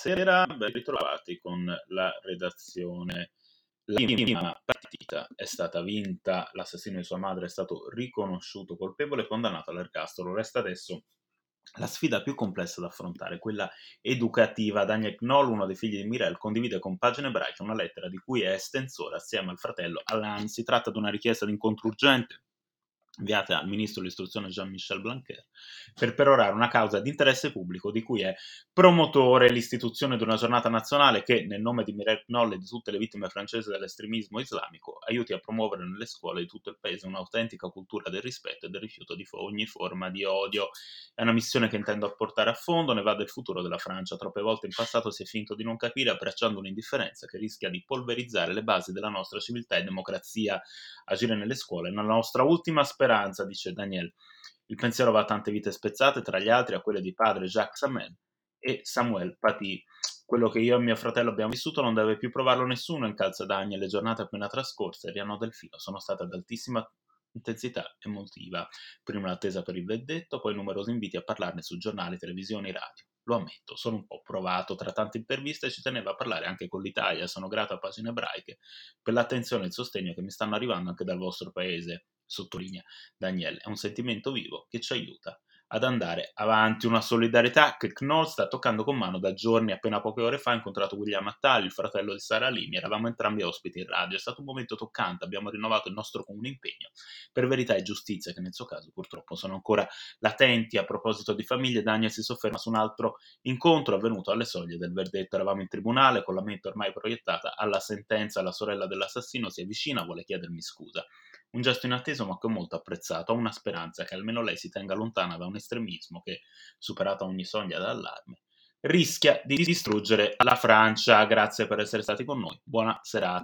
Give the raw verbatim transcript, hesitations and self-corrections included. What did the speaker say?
Buonasera, ben ritrovati con la redazione. La prima partita è stata vinta, l'assassino di sua madre è stato riconosciuto colpevole e condannato all'ergastolo. Resta adesso la sfida più complessa da affrontare, quella educativa. Daniel Knoll, uno dei figli di Mireille, condivide con Pagine Ebraiche una lettera di cui è estensore assieme al fratello Alain. Si tratta di una richiesta di incontro urgente inviata al ministro dell'istruzione Jean-Michel Blanquer per perorare una causa di interesse pubblico di cui è promotore. L'istituzione di una giornata nazionale che, nel nome di Mireille Knoll e di tutte le vittime francesi dell'estremismo islamico, aiuti a promuovere nelle scuole di tutto il paese un'autentica cultura del rispetto e del rifiuto di ogni forma di odio. È una missione che intendo portare a fondo, ne va del futuro della Francia. Troppe volte in passato si è finto di non capire, abbracciando un'indifferenza che rischia di polverizzare le basi della nostra civiltà e democrazia. Agire nelle scuole è la nostra ultima speranza, dice Daniel. Il pensiero va a tante vite spezzate, tra gli altri a quelle di padre Jacques Samel e Samuel Paty. Quello che io e mio fratello abbiamo vissuto non deve più provarlo nessuno, incalza Daniel. Le giornate appena trascorse, rihanno del filo, sono state ad altissima intensità emotiva. Prima l'attesa per il verdetto, poi numerosi inviti a parlarne su giornali, televisioni, radio. Lo ammetto, sono un po' provato. Tra tante interviste ci teneva a parlare anche con l'Italia. Sono grato a Pagine Ebraiche per l'attenzione e il sostegno che mi stanno arrivando anche dal vostro paese, sottolinea Daniel. È un sentimento vivo che ci aiuta ad andare avanti, una solidarietà che Knoll sta toccando con mano da giorni. Appena poche ore fa ho incontrato William Attal, il fratello di Sara Halimi, eravamo entrambi ospiti in radio. È stato un momento toccante, abbiamo rinnovato il nostro comune impegno per verità e giustizia, che nel suo caso purtroppo sono ancora latenti. A proposito di famiglie, Daniel si sofferma su un altro incontro avvenuto alle soglie del verdetto. Eravamo in tribunale con la mente ormai proiettata alla sentenza. La sorella dell'assassino si avvicina, vuole chiedermi scusa. Un gesto inatteso ma che ho molto apprezzato. Ho una speranza che almeno lei si tenga lontana da un estremismo che, superata ogni soglia d'allarme, rischia di distruggere la Francia. Grazie per essere stati con noi. Buona serata.